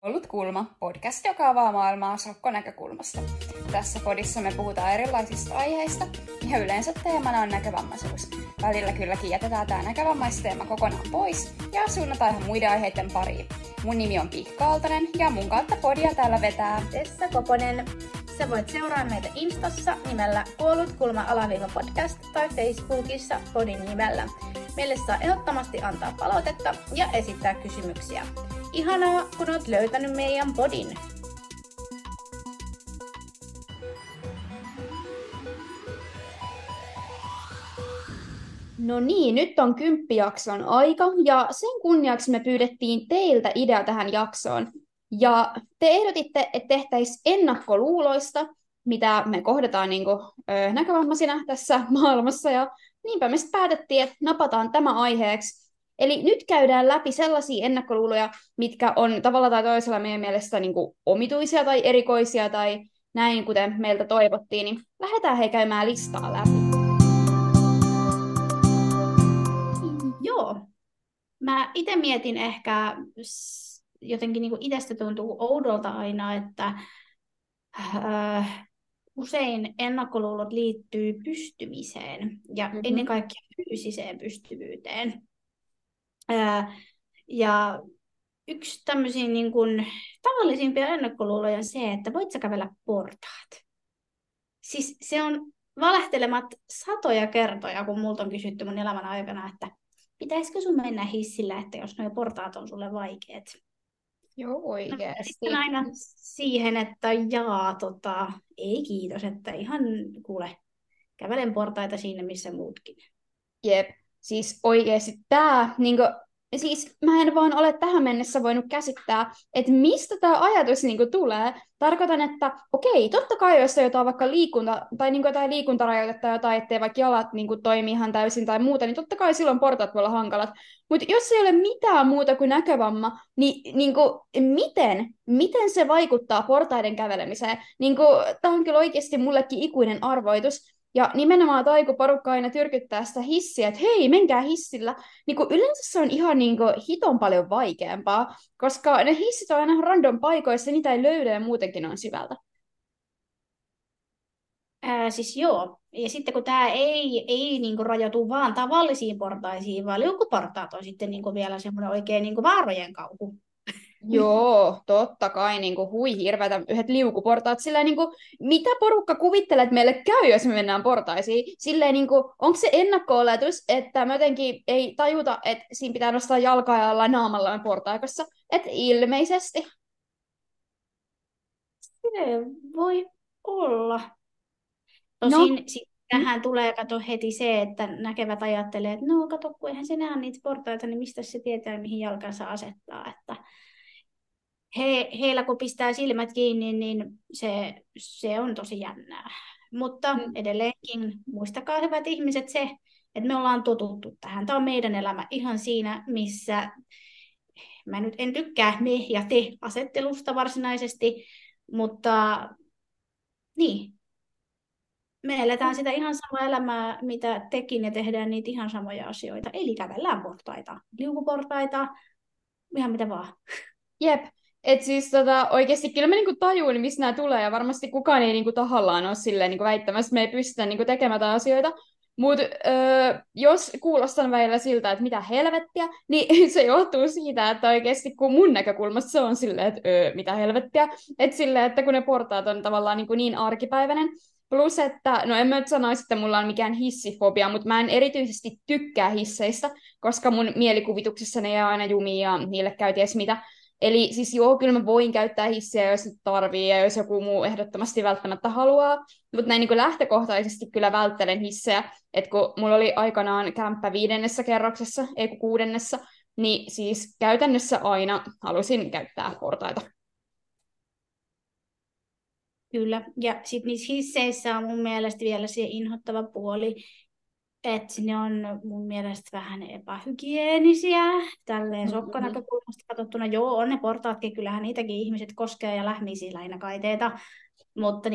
Ollut kulma, podcast, joka avaa maailmaa sokkonäkökulmasta. Tässä podissa me puhutaan erilaisista aiheista ja yleensä teemana on näkövammaisuus. Välillä kylläkin jätetään tämä näkövammaisteema kokonaan pois ja suunnataan ihan muiden aiheiden pariin. Mun nimi on Pihka Aaltonen ja mun kautta podia täällä vetää Tessa Koponen. Sä voit seuraa meitä Instassa nimellä Kuollut kulma _podcast tai Facebookissa podin nimellä. Meille saa ehdottomasti antaa palautetta ja esittää kysymyksiä. Ihanaa, kun oot löytänyt meidän podin. No niin, nyt on 10-jakson aika ja sen kunniaksi me pyydettiin teiltä idea tähän jaksoon. Ja te ehdotitte, että tehtäisiin ennakkoluuloista, mitä me kohdataan näkövammaisina tässä maailmassa. Ja niinpä me sitten päätettiin, että napataan tämä aiheeksi. Eli nyt käydään läpi sellaisia ennakkoluuloja, mitkä on tavalla tai toisella meidän mielestä omituisia tai erikoisia tai näin, kuten meiltä toivottiin. Niin lähdetään he käymään listaa läpi. Joo. Mä itse mietin ehkä, jotenkin itsestä tuntuu oudolta aina, että usein ennakkoluulot liittyy pystymiseen ja ennen kaikkea fyysiseen pystyvyyteen. Ja yksi tämmöisiä tavallisimpia ennakkoluuloja on se, että voit sä kävellä portaat. Siis se on valehtelemat satoja kertoja, kun multa on kysytty mun elämän aikana, että pitäisikö sun mennä hissillä, että jos nuo portaat on sulle vaikeat. Joo, oikeasti. Sitten aina siihen, että ei kiitos, että ihan kuule, kävelen portaita siinä, missä muutkin. Jep, siis oikeasti tämä, siis mä en vaan ole tähän mennessä voinut käsittää, että mistä tämä ajatus tulee. Tarkoitan, että okei, totta kai jos on jotain vaikka jotain liikuntarajoitetta, jotain, ettei vaikka jalat toimi ihan täysin tai muuta, niin totta kai silloin portaat voi olla hankalat. Mutta jos ei ole mitään muuta kuin näkövamma, niin miten se vaikuttaa portaiden kävelemiseen? Tämä on kyllä oikeasti mullekin ikuinen arvoitus. Ja nimenomaan kun porukka aina tyrkyttää sitä hissiä, että hei, menkää hissillä, yleensä se on ihan hiton paljon vaikeampaa, koska ne hissit on aina random paikoissa, niitä ei löydä ja muutenkin on syvältä. Siis joo, ja sitten kun tämä ei rajoitu vaan tavallisiin portaisiin, vaan liukuportaat on sitten vielä semmoinen oikein vaarojen kauhu. Joo, totta kai, hui hirveätä yhdet liukuportaat, silleen mitä porukka kuvittelee, että meille käy, jos me mennään portaisiin, silleen onko se ennakko-oletus, että me jotenkin ei tajuta, että siinä pitää nostaa jalkaa ja olla naamalla portaikossa, että ilmeisesti. Se voi olla. Tosin tähän tulee kato heti se, että näkevät ajattelee, että no kato, kun eihän se näe niitä portaita, niin mistä se tietää, mihin jalkansa asettaa, että heillä kun pistää silmät kiinni, niin se on tosi jännää. Mutta edelleenkin muistakaa hyvät ihmiset se, että me ollaan totuttu tähän. Tämä on meidän elämä ihan siinä, missä mä nyt en tykkää me ja te asettelusta varsinaisesti, mutta niin, me eletään sitä ihan samaa elämää, mitä tekin, ja tehdään niitä ihan samoja asioita. Eli kävellään portaita, liukuportaita, ihan mitä vaan. Jep. Että siis oikeasti kyllä mä tajuun, missä nämä tulee, ja varmasti kukaan ei tahallaan ole silleen väittämässä, että me ei pystytä tekemään tätä asioita. Mutta jos kuulostan välillä siltä, että mitä helvettiä, niin se johtuu siitä, että oikeasti kun mun näkökulmasta se on silleen, että mitä helvettiä. Että silleen, että kun ne portaat on tavallaan niin arkipäiväinen. Plus, että, no en mä nyt sanoisi, että mulla on mikään hissifobia, mutta mä en erityisesti tykkää hisseistä, koska mun mielikuvituksessa ne jää aina jumiin ja niille käy ties mitä. Eli siis joo, kyllä mä voin käyttää hissiä, jos nyt tarvii ja jos joku muu ehdottomasti välttämättä haluaa. Mutta näin lähtökohtaisesti kyllä välttelen hissejä. Että kun mulla oli aikanaan kämppä 5. kerroksessa, ei kun 6., niin siis käytännössä aina halusin käyttää portaita. Kyllä, ja sitten niissä hisseissä on mun mielestä vielä se inhottava puoli, että ne on mun mielestä vähän epähygienisiä, tälleen sokkonäkökulmasta katsottuna. Joo, on ne portaatkin, kyllähän niitäkin ihmiset koskee ja lähmii siinä lähinnä kaiteita, mutta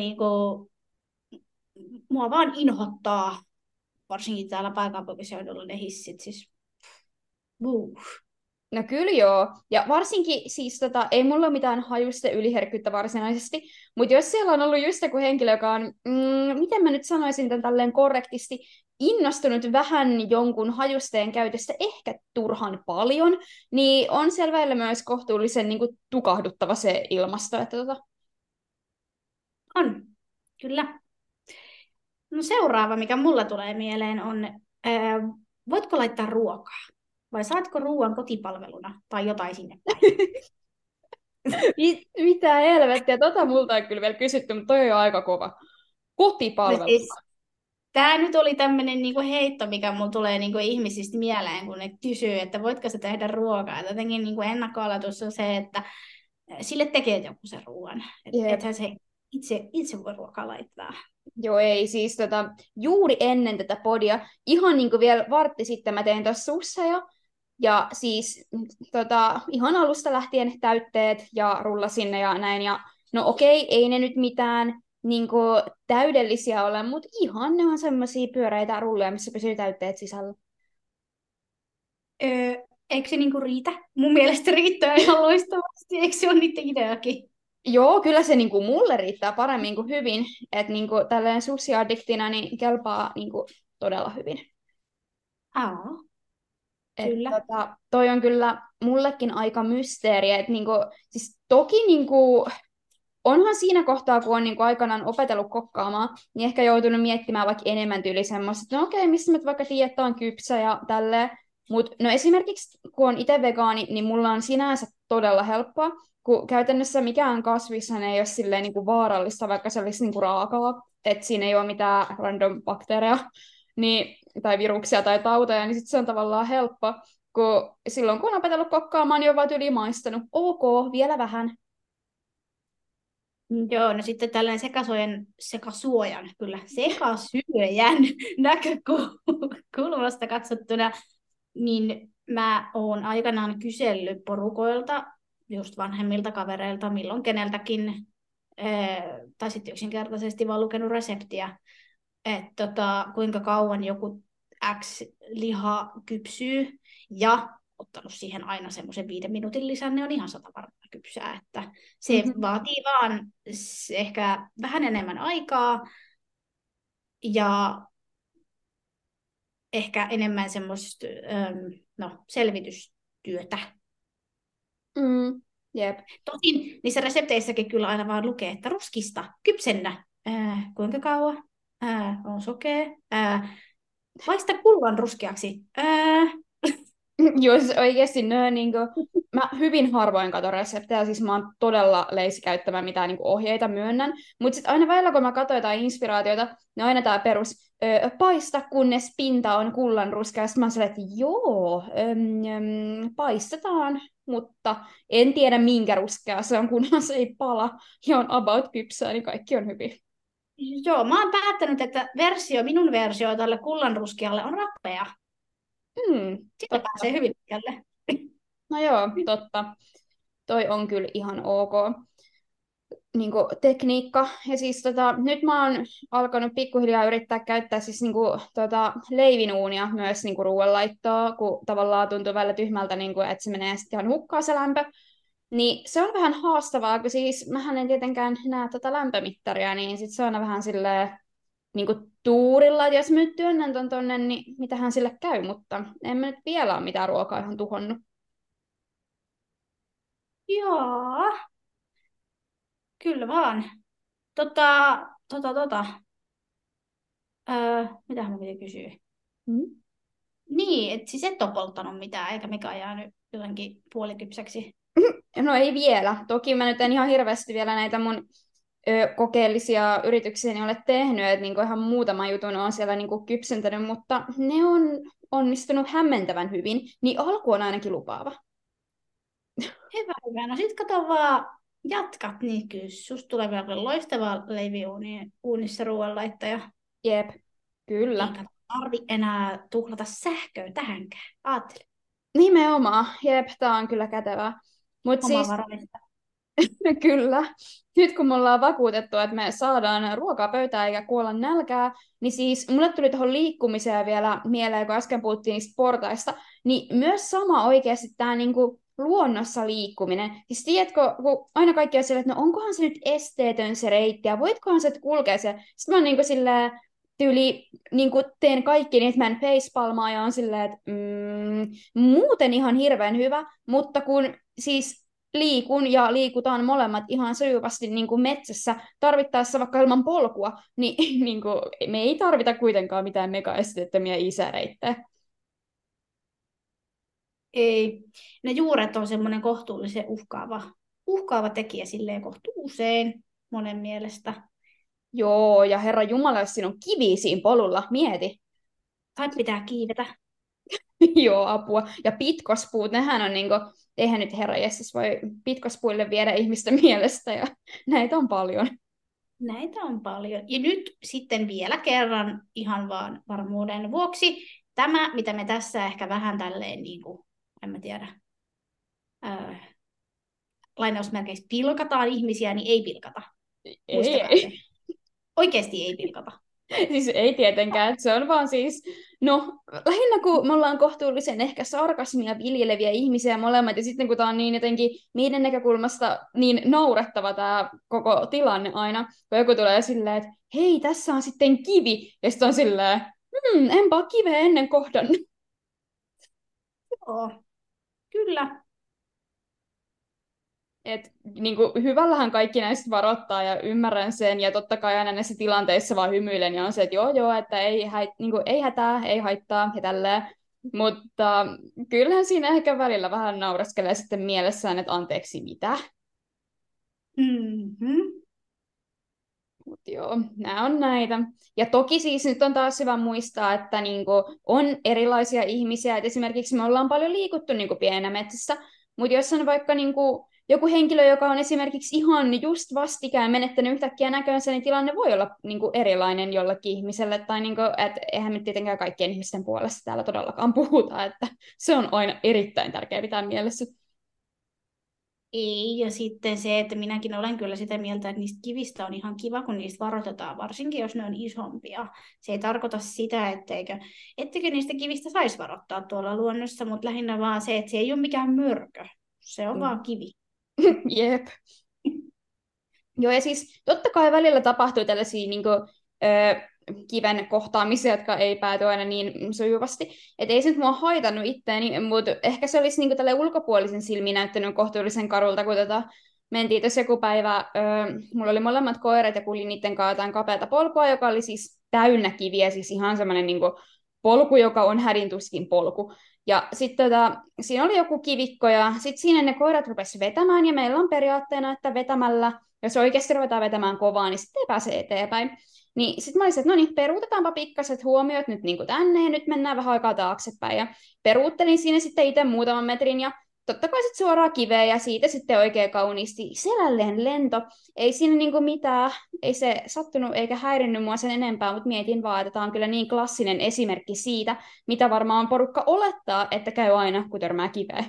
mua vaan inhottaa, varsinkin täällä pääkaupunkiseudulla ne hissit, siis No kyllä joo. Ja varsinkin siis ei mulla ole mitään hajusten yliherkkyyttä varsinaisesti, mutta jos siellä on ollut just joku henkilö, joka on, miten mä nyt sanoisin tämän tälleen korrektisti, innostunut vähän jonkun hajusteen käytöstä ehkä turhan paljon, niin on siellä välillä myös kohtuullisen niin kuin, tukahduttava se ilmasto. Että On, kyllä. No seuraava, mikä mulla tulee mieleen on, voitko laittaa ruokaa? Vai saatko ruoan kotipalveluna tai jotain sinne päin? Mitä helvettiä, multa ei kyllä vielä kysytty, mutta toi on jo aika kova. No Kotipalvelu. siis, tämä nyt oli tämmöinen niinku heitto, mikä mulla tulee niinku ihmisistä mieleen, kun ne kysyy, että voitko sä tehdä ruokaa. Et jotenkin niinku ennakkoalatus on se, että sille tekee joku sen ruoan. Jep. Ethän se itse voi ruokaa laittaa. Joo, ei, siis juuri ennen tätä podia, ihan niin kuin vielä vartti sitten mä tein tuossa sussa jo, ja siis ihan alusta lähtien täytteet ja rullasin ne ja näin, ja no okei, ei ne nyt mitään niin kuin täydellisiä ole, mutta ihan ne on semmoisia pyöreitä rulleja, missä pysyy täytteet sisällä. Eikö se niinku riitä? Mun mielestä riittää ihan loistavasti. Eikö se ole niiden ideakin? Joo, kyllä se niinku mulle riittää paremmin kuin hyvin, että niinku tälleen sushi-addiktina niin kelpaa niinku todella hyvin. Aa, Et, kyllä. toi on kyllä mullekin aika mysteeri. Et niinku, siis toki niinku, onhan siinä kohtaa, kun on niinku aikanaan opetellut kokkaamaan, niin ehkä joutunut miettimään vaikka enemmän tyyli semmoista, että no okei, missä mä vaikka tiedän, että on kypsä ja tälleen. Mutta no esimerkiksi kun on itse vegaani, niin mulla on sinänsä todella helppoa, kun käytännössä mikään kasvishan ei ole silleen niinku vaarallista, vaikka se olisi niinku raakaa, että siinä ei ole mitään random bakteereja niin, tai viruksia tai tauteja, niin sitten se on tavallaan helppo, kun silloin kun on opetellut kokkaamaan, niin on vaan tyyliin maistanut. Ok, vielä vähän. Joo, no sitten tällainen sekasuojan, kyllä, sekasyöjän näkökulmasta katsottuna, niin mä oon aikanaan kysellyt porukoilta, just vanhemmilta kavereilta, milloin keneltäkin, tai sitten yksinkertaisesti vaan lukenut reseptiä, että kuinka kauan joku X liha kypsyy, ja ottanut siihen aina semmoisen 5 minuutin lisän, ne on ihan 100% kypsää, että se vaatii vaan ehkä vähän enemmän aikaa, ja ehkä enemmän semmoista selvitystyötä. Jep. Tosin niissä resepteissäkin kyllä aina vaan lukee, että ruskista, kypsennä, kuinka kauan, on sokea, paista kullan ruskeaksi, Jos oikeasti mä hyvin harvoin katon reseptejä, siis mä oon todella leisi käyttämään mitään ohjeita myönnän, mutta sitten aina välillä kun mä katson jotain inspiraatiota, niin aina tää perus paista kunnes pinta on kullanruskea, ja sitten mä oon silleen, että joo, paistetaan, mutta en tiedä minkä ruskea se on, kunhan se ei pala ja on about kypsää, niin kaikki on hyvin. Joo, mä oon päättänyt, että minun versio tälle kullanruskealle on rappea. Sitä pääsee hyvin pitkälle. No joo, totta. Toi on kyllä ihan ok tekniikka. Ja siis nyt mä oon alkanut pikkuhiljaa yrittää käyttää siis leivinuunia myös ruoanlaittoa, kun tavallaan tuntuu välillä tyhmältä, että se menee sitten ihan hukkaan se lämpö. Niin se on vähän haastavaa, kun siis mähän en tietenkään näe tätä lämpömittaria, niin sit se on vähän silleen tuurilla, että jos mä nyt työnnän ton tonne, niin mitähän sille käy, mutta en mä nyt vielä ole mitään ruokaa ihan tuhonnut. Joo, kyllä vaan. Mitähän mä piti kysyä? Niin, että siis et ole polttanut mitään, eikä mikä jäänyt jotenkin puolikypsäksi. No ei vielä. Toki mä nyt en ihan hirveästi vielä näitä mun kokeellisia yrityksiä ole tehnyt, että ihan muutama jutun on siellä kypsentänyt, mutta ne on onnistunut hämmentävän hyvin, niin alku on ainakin lupaava. Hyvä. No sit kato vaan, jatkat, niin kyllä susta tulee vielä loistava leiviuunissa ruoanlaittaja. Jep, kyllä. Eikä tarvi enää tuhlata sähköä tähänkään, ajattele. Nimenomaan, jep, tää on kyllä kätevää. Mut siis, Omavaraista. Kyllä. Nyt kun me ollaan vakuutettu, että me saadaan ruokaa pöytään eikä kuolla nälkää, niin siis mulle tuli tuohon liikkumiseen vielä mieleen, kun äsken puhuttiin niistä portaista, niin myös sama oikeasti tämä niinku luonnossa liikkuminen. Siis tiedätkö, kun aina kaikki on silleen, että no onkohan se nyt esteetön se reitti ja voitkohan se kulkea siellä. Sitten mä oon niinku silleen, tyyli niinku teen kaikki niin, että mä en facepalmaa ja on silleen, että muuten ihan hirveän hyvä, mutta kun siis liikun ja liikutaan molemmat ihan sujuvasti niin kuin metsässä tarvittaessa vaikka ilman polkua, niin, niin kuin, me ei tarvita kuitenkaan mitään megaesteettömiä isäreittejä. Ei. Ne juuret on semmoinen kohtuullisen uhkaava tekijä silleen kohtu usein monen mielestä. Joo, ja Herra Jumala, jos siinä on kivi siinä polulla, mieti. Tai pitää kiivetä. Joo, apua. Ja pitkospuut, nehän on niinku, eihän nyt Herra Jessus voi pitkospuille viedä ihmisten mielestä, ja näitä on paljon. Näitä on paljon. Ja nyt sitten vielä kerran ihan vaan varmuuden vuoksi. Tämä, mitä me tässä ehkä vähän tälleen, niin kuin, en mä tiedä, lainausmerkeissä pilkataan ihmisiä, niin ei pilkata. Muistakaa Ei. se. Oikeasti ei pilkata. Siis ei tietenkään, että se on vaan siis, no lähinnä kun me ollaan kohtuullisen ehkä sarkasmia viljeleviä ihmisiä molemmat, ja sitten kun tämä on niin jotenkin meidän näkökulmasta niin naurettava tämä koko tilanne aina, kun joku tulee silleen, että hei, tässä on sitten kivi, ja sitten on silleen, enpä ole kiveä ennen kohdannut. Joo, kyllä. Et, niin kuin, hyvällähän kaikki näistä varoittaa ja ymmärrän sen, ja totta kai aina näissä tilanteissa vaan hymyilen ja on se, että joo, että niin kuin, ei hätää, ei haittaa ja tälleen. Mutta kyllähän siinä ehkä välillä vähän nauraskelee sitten mielessään, että anteeksi mitä. Mm-hmm. Mutta joo, nämä on näitä. Ja toki siis nyt on taas hyvä muistaa, että niinku on erilaisia ihmisiä, että esimerkiksi me ollaan paljon liikuttu niinku pienenä metsässä, mutta jos on vaikka niinku joku henkilö, joka on esimerkiksi ihan just vastikään menettänyt yhtäkkiä näkönsä, niin tilanne voi olla niinku erilainen jollekin ihmiselle, tai niinku, että eihän me tietenkään kaikkien ihmisten puolesta täällä todellakaan puhuta, että se on aina erittäin tärkeää pitää mielessä. Ei, ja sitten se, että minäkin olen kyllä sitä mieltä, että niistä kivistä on ihan kiva, kun niistä varoitetaan, varsinkin jos ne on isompia. Se ei tarkoita sitä, etteikö niistä kivistä saisi varoittaa tuolla luonnossa, mutta lähinnä vaan se, että se ei ole mikään mörkö. Se on vaan kivi. Jep. Joo, ja siis totta kai välillä tapahtuu tällaisia niin kuin, kiven kohtaamisia, jotka ei pääty aina niin sujuvasti. Että ei se nyt mua haitannut itteeni, mutta ehkä se olisi niin tälle ulkopuolisen silmiin näyttänyt kohtuullisen karulta, kun mentiin tässä joku päivä, mulla oli molemmat koirat ja kuljin niiden kanssa jotain kapeata polkua, joka oli siis täynnä kiviä, siis ihan semmoinen niin polku, joka on hädintuskin polku. Ja sitten siinä oli joku kivikko ja sitten siinä ne koirat rupesivat vetämään ja meillä on periaatteena, että vetämällä, jos oikeasti ruvetaan vetämään kovaa, niin sitten ei pääse eteenpäin. Niin sitten mä olisin, että no niin, peruutetaanpa pikkaset huomiot nyt niin kuin tänne ja nyt mennään vähän aikaa taaksepäin. Ja peruuttelin siinä sitten itse muutaman metrin ja totta kai sitten suoraan kiveen ja siitä sitten oikein kauniisti selälleen lento. Ei siinä niinku mitään, ei se sattunut eikä häirinnyt mua sen enempää, mutta mietin vaan, että tämä on kyllä niin klassinen esimerkki siitä, mitä varmaan porukka olettaa, että käy aina, kun törmää kiveen.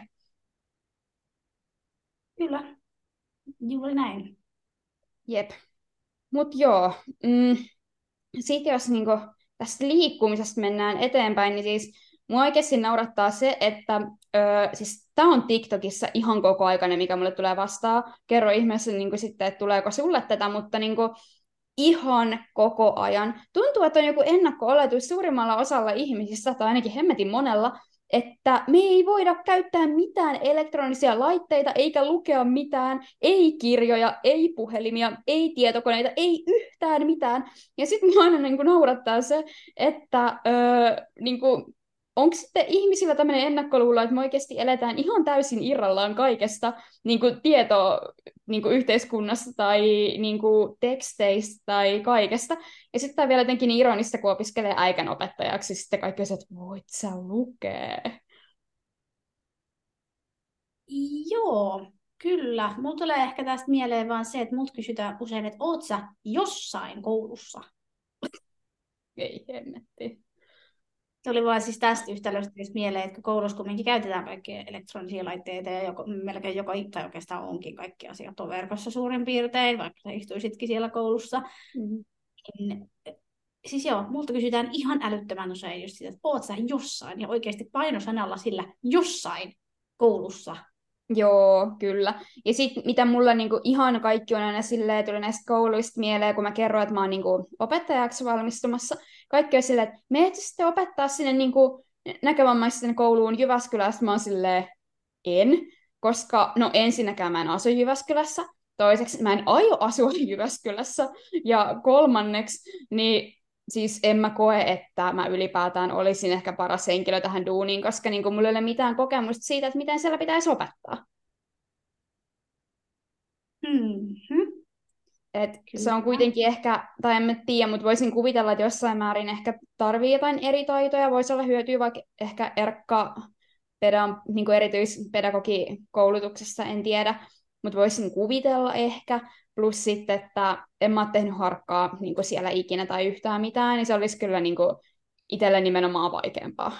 Kyllä, juuri näin. Jep. Mutta joo, sitten jos niinku tästä liikkumisesta mennään eteenpäin, niin siis mua oikeasti naurattaa se, että siis tämä on TikTokissa ihan koko aikainen, mikä mulle tulee vastaan. Kerro ihmeessä niin sitten, että tuleeko sulle tätä, mutta niin kuin, ihan koko ajan. Tuntuu, että on joku ennakko-oletus suurimmalla osalla ihmisistä, tai ainakin hemmetin monella, että me ei voida käyttää mitään elektronisia laitteita, eikä lukea mitään, ei kirjoja, ei puhelimia, ei tietokoneita, ei yhtään mitään. Ja sitten minua aina niin kuin naurattaa se, että niin kuin, onko sitten ihmisillä tämmöinen ennakkoluulo, että me oikeasti eletään ihan täysin irrallaan kaikesta niin kuin yhteiskunnasta tai niin kuin teksteistä tai kaikesta. Ja sitten vielä jotenkin niin ironista, kun opiskelee äikän opettajaksi, sitten kaikki on se, että voit sä lukea. Joo, kyllä. Mulla tulee ehkä tästä mieleen vaan se, että mut kysytään usein, että oot sä jossain koulussa? Ei hemmetti. Se oli vaan siis tästä yhtälöstä mieleen, että kun koulussa kumminkin käytetään kaikkia elektronisia laitteita ja melkein tai oikeastaan onkin kaikki asiat on verkossa suurin piirtein, vaikka sä istuisitkin siellä koulussa. Niin, siis joo, multa kysytään ihan älyttömän usein just sitä, että oot sä jossain ja oikeasti painosanalla sillä jossain koulussa. Joo, kyllä. Ja sitten mitä mulla niinku ihan kaikki on aina silleen, tuli näistä kouluista mieleen, kun mä kerroin, että mä oon niinku opettajaksi valmistumassa. Kaikki on silleen, että meet sitten opettaa sinne niinku näkövammaisten kouluun Jyväskylästä. Mä oon silleen, en, koska no ensinnäkään mä en asu Jyväskylässä. Toiseksi mä en aio asua Jyväskylässä. Ja kolmanneksi, niin siis en mä koe, että mä ylipäätään olisin ehkä paras henkilö tähän duuniin, koska niinku mulla ei ole mitään kokemusta siitä, että miten siellä pitäisi opettaa. Mm-hmm. Se on kuitenkin ehkä, tai en mä tiedä, mutta voisin kuvitella, että jossain määrin ehkä tarvii jotain eri taitoja. Voisi olla hyötyä vaikka ehkä niin erityispedagogikoulutuksessa, en tiedä. Mutta voisin kuvitella ehkä. Plus sitten, että en mä ole tehnyt harkkaa niin siellä ikinä tai yhtään mitään, niin se olisi kyllä niin itselle nimenomaan vaikeampaa.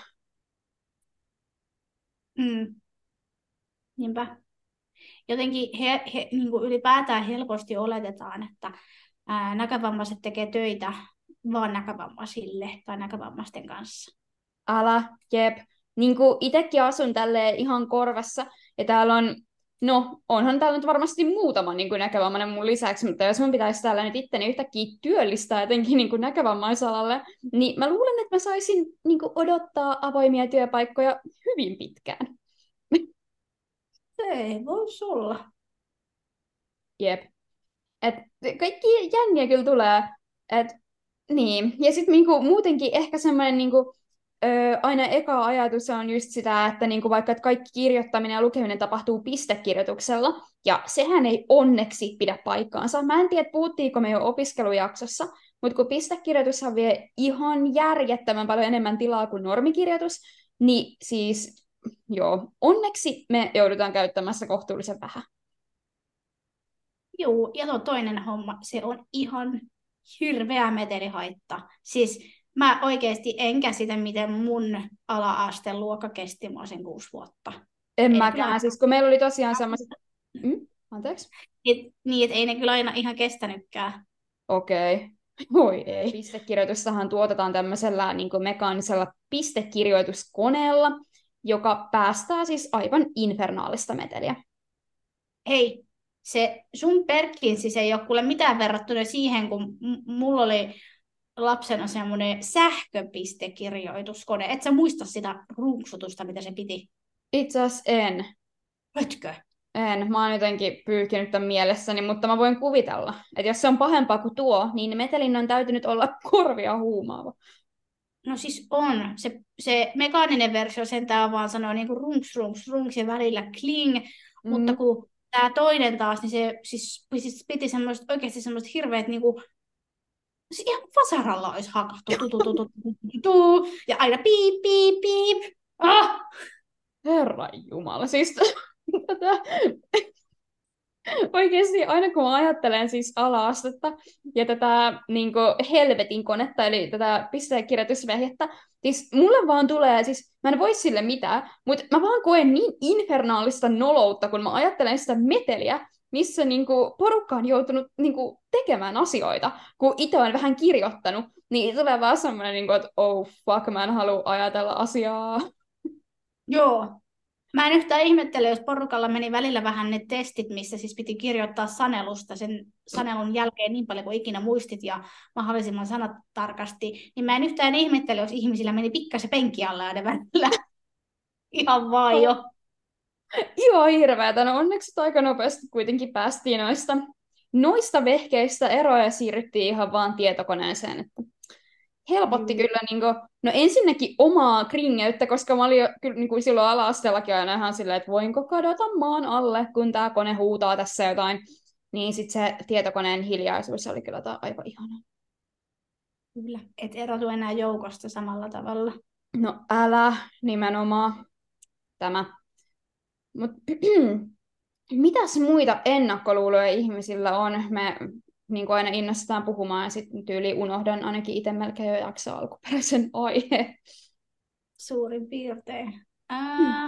Niinpä. Jotenkin niin kuin ylipäätään helposti oletetaan, että näkövammaiset tekee töitä vaan näkövammaisille tai näkövammaisten kanssa. Älä, jep. Niin kuin itsekin asun tälleen ihan korvassa, ja täällä on, no onhan täällä nyt varmasti muutama niin kuin näkövammainen mun lisäksi, mutta jos mun pitäisi täällä nyt itteni yhtäkkiä työllistää jotenkin niin kuin näkövammaisalalle, niin mä luulen, että mä saisin niin kuin odottaa avoimia työpaikkoja hyvin pitkään. Se ei voisi olla. Jep. Et kaikki jänniä kyllä tulee. Niin. Ja sitten niinku, muutenkin ehkä semmoinen niinku, aina eka ajatus on just sitä, että niinku, vaikka että kaikki kirjoittaminen ja lukeminen tapahtuu pistekirjoituksella, ja sehän ei onneksi pidä paikkaansa. Mä en tiedä, puhuttiinko me jo opiskelujaksossa, mutta kun pistekirjoitushan vie ihan järjettömän paljon enemmän tilaa kuin normikirjoitus, niin siis joo, onneksi me joudutaan käyttämässä kohtuullisen vähän. Joo, ja toinen homma, se on ihan hirveä metelihaitta. Siis mä oikeasti en käsitä, miten mun ala-asteen luokka kesti mua sen 6 vuotta. En mäkään, siis kun meillä oli tosiaan sellaiset... Anteeksi? Niin, että ei ne kyllä aina ihan kestänytkään. Okei. Voi ei. Pistekirjoitustahan tuotetaan tämmöisellä niin kuin mekaanisella pistekirjoituskoneella, joka päästää siis aivan infernaalista meteliä. Hei, se sun Perkins ei ole kuule mitään verrattuna siihen, kun mulla oli lapsena semmoinen sähköpistekirjoituskone. Et sä muista sitä runksutusta, mitä se piti? Itse asiassa en. Etkö? En. Mä oon jotenkin pyyhkinyt tämän mielessäni, mutta mä voin kuvitella, että jos se on pahempaa kuin tuo, niin metelin on täytynyt olla korvia huumaava. No siis on. Se mekaaninen versio sentään vaan sanoo niin kuin runks ja välillä kling, mutta kun tämä toinen taas, niin se siis piti oikeasti semmoista hirveät niin kuin, siis ihan vasaralla olisi hakattu. Ja aina piip, piip, piip. Ah! Herra Jumala, siis oikeasti aina kun mä ajattelen siis ala-astetta ja tätä niin helvetin konetta, eli tätä pistekirjoitusvehjettä, siis mulle vaan tulee, siis mä en voi sille mitään, mutta mä vaan koen niin infernaalista noloutta, kun mä ajattelen sitä meteliä, missä niinku porukka on joutunut niinku tekemään asioita, kun itse on vähän kirjoittanut, niin tulee vaan semmoinen, niinku, että oh fuck, mä en halua ajatella asiaa. Joo. Mä en yhtään ihmettele, jos porukalla meni välillä vähän ne testit, missä siis piti kirjoittaa sanelusta sen sanelun jälkeen niin paljon kuin ikinä muistit ja mahdollisimman sanat tarkasti, niin mä en yhtään ihmettele, jos ihmisillä meni pikkasen penki alla ja ne välillä. Ihan vaan jo. Ihan hirveätä. No onneksi aika nopeasti kuitenkin päästiin noista vehkeistä eroja ja siirryttiin ihan vaan tietokoneeseen. Että helpotti kyllä, niin kuin, no ensinnäkin omaa kringeyttä, koska mä olin jo kyllä, niin kuin silloin ala-asteellakin aina ihan silleen, että voinko kadota maan alle, kun tämä kone huutaa tässä jotain. Niin sitten se tietokoneen hiljaisuus oli kyllä aika ihanaa. Kyllä, et erotu enää joukosta samalla tavalla. No älä nimenomaan tämä. Mut mitäs muita ennakkoluuloja ihmisillä on? Me niin kuin aina innostetaan puhumaan ja sitten tyyliin unohdan ainakin itse melkein jo jaksaa alkuperäisen aiheen. suurin piirtein. Hmm.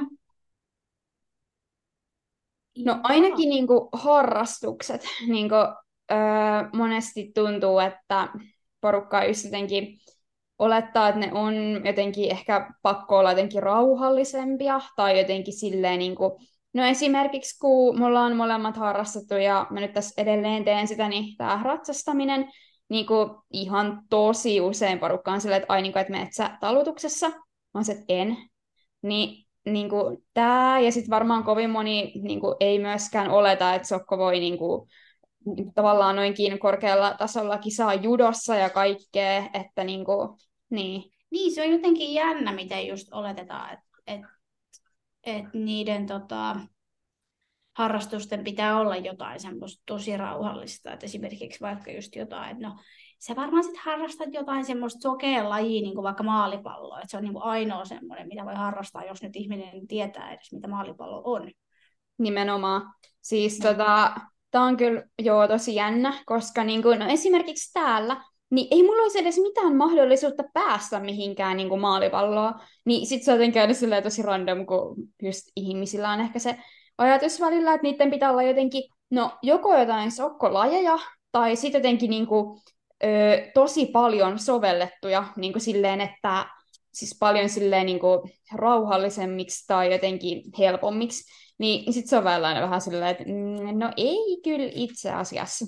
No Joo. ainakin niinku harrastukset. Niinku, monesti tuntuu, että porukka just jotenkin olettaa, että ne on jotenkin ehkä pakko olla jotenkin rauhallisempia tai jotenkin silleen niinku, no esimerkiksi kun mulla on molemmat harrastettu ja mä nyt tässä edelleen teen sitä, niin tää ratsastaminen, niinku ihan tosi usein porukka on silleen, että ai niinku, että menet sä talutuksessa, mä oon se, että en. Niin kuin tämä, ja sitten varmaan kovin moni niin kuin, ei myöskään oleta, että Sokko voi niin kuin, tavallaan noinkin korkealla tasolla kisaa judossa ja kaikkea, että niin kuin, niin. Niin, se on jotenkin jännä, miten just oletetaan, että niiden harrastusten pitää olla jotain semmoista tosi rauhallista. Että esimerkiksi vaikka just jotain, että no sä varmaan sit harrastat jotain semmoista sokea lajia, niin kuin vaikka maalipalloa. Että se on niin kuin ainoa semmoinen, mitä voi harrastaa, jos nyt ihminen tietää edes, mitä maalipallo on. Nimenomaan. Siis tämä on kyllä joo, tosi jännä, koska niin kuin, no, esimerkiksi täällä, niin ei mulla olisi edes mitään mahdollisuutta päästä mihinkään niin kuin maalipalloa. Niin sit se on jotenkin aina silleen tosi random, kun just ihmisillä on ehkä se ajatus välillä, että niiden pitää olla jotenkin, no joko jotain sokkolajeja, tai sitten jotenkin niin kuin, tosi paljon sovellettuja niin kuin silleen, että siis paljon silleen niin kuin rauhallisemmiksi tai jotenkin helpommiksi. Niin sit se on vähän silleen, että no ei kyllä itse asiassa.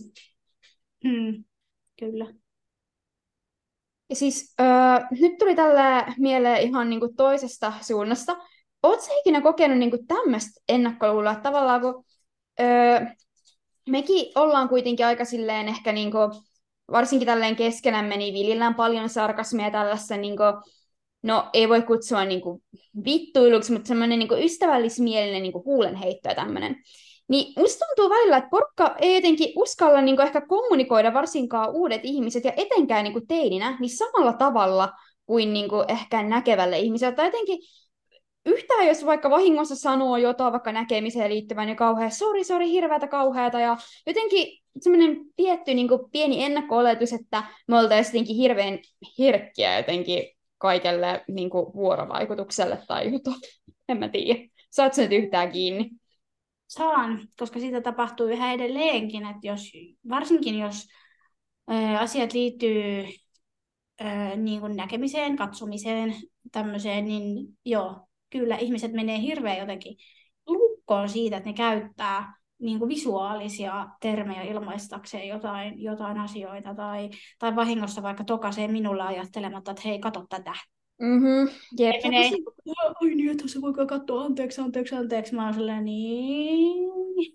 Kyllä. Ja siis nyt tuli tällä mieleen ihan niinku toisesta suunnasta. Ootko sä ikinä kokenut niinku tämmöistä ennakkoluuloa, että tavallaan kun mekin ollaan kuitenkin aika silleen ehkä niinku, varsinkin tälleen keskenämme, niin vilillään paljon sarkasmia tällaista niinku, no ei voi kutsua niinku vittuiluksi, mutta semmoinen niinku ystävällismielinen niinku huulenheitto ja tämmöinen. Niin musta tuntuu välillä, että porukka ei jotenkin uskalla niinku ehkä kommunikoida varsinkaan uudet ihmiset ja etenkään niinku teininä niin samalla tavalla kuin niinku ehkä näkevälle ihmiselle. Tai jotenkin yhtään, jos vaikka vahingossa sanoo jotain vaikka näkemiseen liittyvän, niin kauhean sori, hirveätä, kauheata. Ja jotenkin semmoinen tietty niinku pieni ennakko-oletus, että me oltaisiin jotenkin hirveän herkkiä jotenkin kaikelle niinku vuorovaikutukselle tai jotain. En mä tiedä. Saatko nyt yhtään kiinni? Saan, koska siitä tapahtuu yhä edelleenkin, että varsinkin jos asiat liittyy niin kuin näkemiseen, katsomiseen, tämmöiseen, niin joo, kyllä ihmiset menee hirveän jotenkin lukkoon siitä, että ne käyttää niin kuin visuaalisia termejä ilmaistakseen jotain asioita, tai vahingossa vaikka tokaisee minulle ajattelematta, että hei, kato tätä. Jep. Menee, ai niin, että se voi katsoa, anteeksi. Mä oon silleen, niin.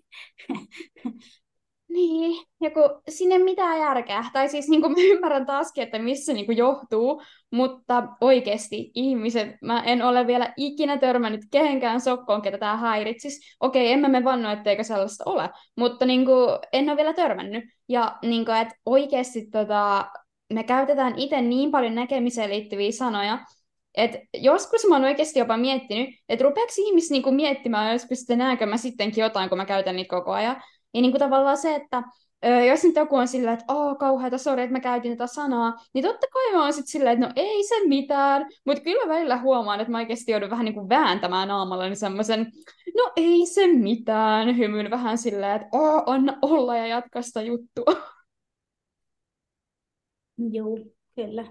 Niin, ja kun sinne mitään järkeä. Tai siis niin kuin mä ymmärrän taaskin, että missä niin kuin johtuu, mutta oikeasti ihmiset, mä en ole vielä ikinä törmännyt kehenkään Sokkoon, ketä tämä häiritsisi. Okei, emme me vanno, etteikö sellaista ole, mutta niin kuin, en ole vielä törmännyt. Ja niin kuin, että oikeasti me käytetään itse niin paljon näkemiseen liittyviä sanoja, et joskus mä oon oikeasti jopa miettinyt, että rupeaks ihmiset niinku miettimään joskus, että näenkö mä sittenkin jotain, kun mä käytän niitä koko ajan. Ja niinku tavallaan se, että jos nyt joku on silleen, että kauheata, sori, että mä käytin tätä sanaa, niin totta kai mä oon sitten silleen, että no ei se mitään. Mutta kyllä välillä huomaan, että mä oikeasti joudun vähän niinku vääntämään naamallani semmoisen, no ei se mitään, hymyn vähän silleen, että anna olla ja jatka sitä juttua. Joo, kyllä.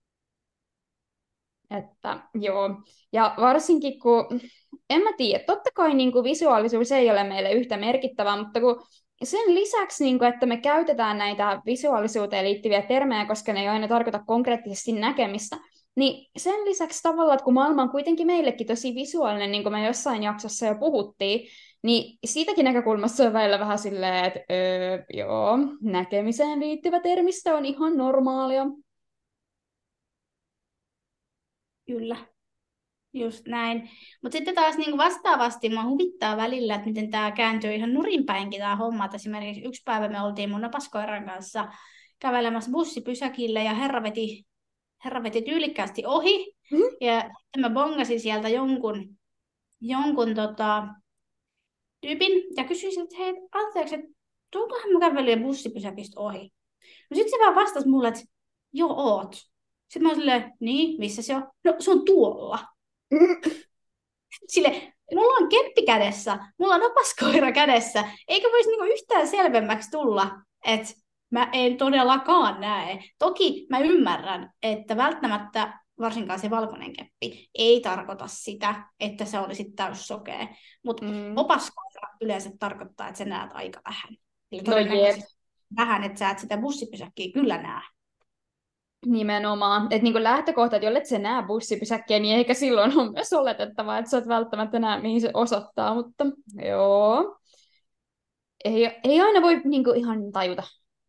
Että joo, ja varsinkin kun, en mä tiedä, totta kai niin kuin visuaalisuus ei ole meille yhtä merkittävää, mutta kun sen lisäksi, niin kuin, että me käytetään näitä visuaalisuuteen liittyviä termejä, koska ne ei aina tarkoita konkreettisesti näkemistä, niin sen lisäksi tavallaan, että kun maailma on kuitenkin meillekin tosi visuaalinen, niin kuin me jossain jaksossa jo puhuttiin, niin siitäkin näkökulmassa on välillä vähän silleen, että joo, näkemiseen liittyvä termistö on ihan normaalia. Kyllä, just näin. Mutta sitten taas niin vastaavasti mua huvittaa välillä, että miten tämä kääntyy ihan nurinpäinkin tämä homma. Et esimerkiksi yksi päivä me oltiin mun napaskoiran kanssa kävelemässä bussipysäkille ja herra veti tyylikkäästi ohi. Ja sitten mä bongasin sieltä jonkun tyypin ja kysyisin, että hei, anteeksi, että tuonkohan mä kävelijä bussipysäkistä ohi? No sitten se vaan vastasi mulle, että joo, oot. Sitten mä oon silleen, niin, missä se on? No, se on tuolla. Sille, mulla on keppi kädessä, mulla on opaskoira kädessä, eikä voisi niinku yhtään selvemmäksi tulla, että mä en todellakaan näe. Toki mä ymmärrän, että välttämättä varsinkaan se valkoinen keppi ei tarkoita sitä, että sä olisit täyssokea, mutta opaskoira yleensä tarkoittaa, että sä näet aika vähän. Eli No jep, todennäköisesti vähän, että sä et sitä bussipysäkkiä kyllä näe. nimenomaan. Että niinku lähtökohta, että jollet sä näe bussipysäkkiä, niin ehkä silloin on myös oletettavaa, että sä et välttämättä näe, mihin se osoittaa, mutta joo. Ei aina voi niinku ihan tajuta.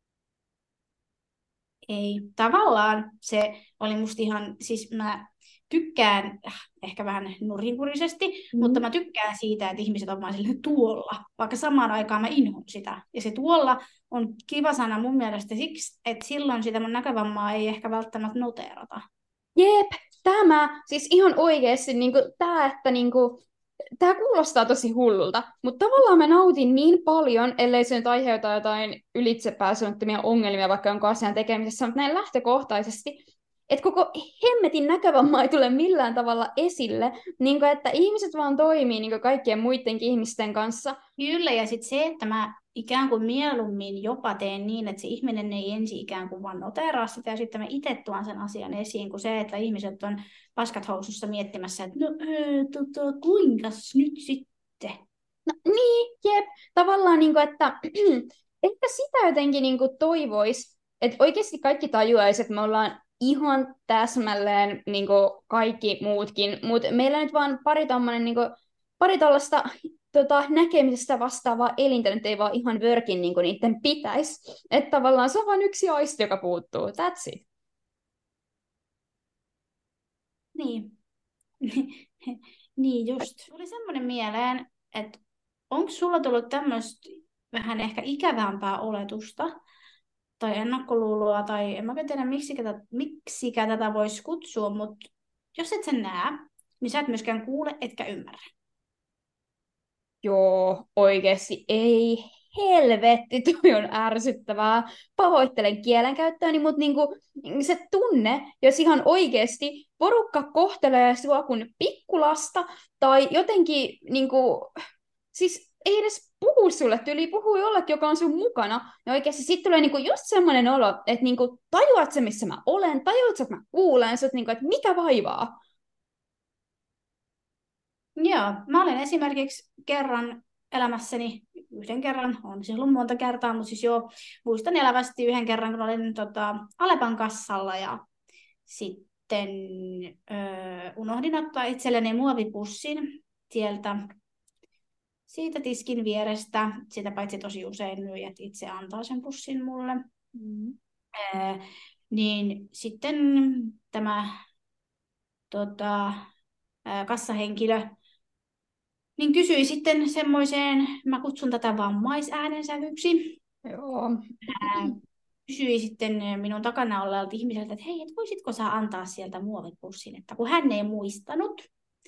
Ei, tavallaan se oli musta ihan, siis mä tykkään, ehkä vähän nurinkurisesti, mutta mä tykkään siitä, että ihmiset on vaan silleen tuolla, vaikka samaan aikaan mä inhon sitä. Ja se tuolla on kiva sana mun mielestä siksi, että silloin sitä mun näkövammaa ei ehkä välttämättä noteerata. Jep, tämä, siis ihan oikeasti tämä, että tämä kuulostaa tosi hullulta, mutta tavallaan mä nautin niin paljon, ellei se nyt aiheuta jotain ylitsepääsemättömiä ongelmia vaikka jonkun asian tekemisessä, mutta näin lähtökohtaisesti, että koko hemmetin näkövamma ei tule millään tavalla esille, niin kuin, että ihmiset vaan toimii niin kuin kaikkien muidenkin ihmisten kanssa. Kyllä, ja sitten se, että mä ikään kuin mieluummin jopa teen niin, että se ihminen ei ensin ikään kuin vaan noteraa sitä, ja sitten mä itse tuon sen asian esiin, kuin se, että ihmiset on paskat housussa miettimässä, että no, kuinkas nyt sitten? No, niin, jep. Tavallaan, niin kuin, että ehkä sitä jotenkin niin kuin toivoisi, että oikeasti kaikki tajuaisi, että me ollaan ihan täsmälleen niin kuin kaikki muutkin, mutta meillä nyt vaan pari tällaista näkemisestä vastaavaa elintä nyt ei vaan ihan vörkin niin kuin niiden pitäisi. Että tavallaan se on vain yksi aisti, joka puuttuu. That's it. Niin. Niin just. Tuli semmoinen mieleen, että onko sulla tullut tämmöistä vähän ehkä ikävämpää oletusta tai ennakkoluuloa, tai en mä tiedä miksi tätä voisi kutsua, mutta jos et sen näe, niin sä et myöskään kuule etkä ymmärrä. Joo, oikeasti ei. Helvetti, toi on ärsyttävää. Pahoittelen kielenkäyttöäni, mutta se tunne, jos ihan oikeasti porukka kohtelee sua kuin pikkulasta, tai jotenkin siis ei edes puhu sulle, tyyli puhuu jollekin, joka on sun mukana, ja oikeasti sitten tulee just semmoinen olo, että tajuat sä, missä mä olen, tajuat sä, että mä kuulen sut, että mikä vaivaa. Joo, mä olen esimerkiksi kerran elämässäni, yhden kerran, on se ollut monta kertaa, mutta siis joo, muistan elävästi yhden kerran, kun olin Alepan kassalla ja sitten unohdin ottaa itselleni muovipussin siitä tiskin vierestä, sitä paitsi tosi usein myyjät itse antaa sen pussin mulle. Niin sitten tämä kassahenkilö niin kysyi sitten semmoiseen, mä kutsun tätä vammaisäänensävyksi. Joo. Kysyi sitten minun takana olevalta ihmiseltä, että hei, et voisitko sä antaa sieltä muovipussin, että kun hän ei muistanut.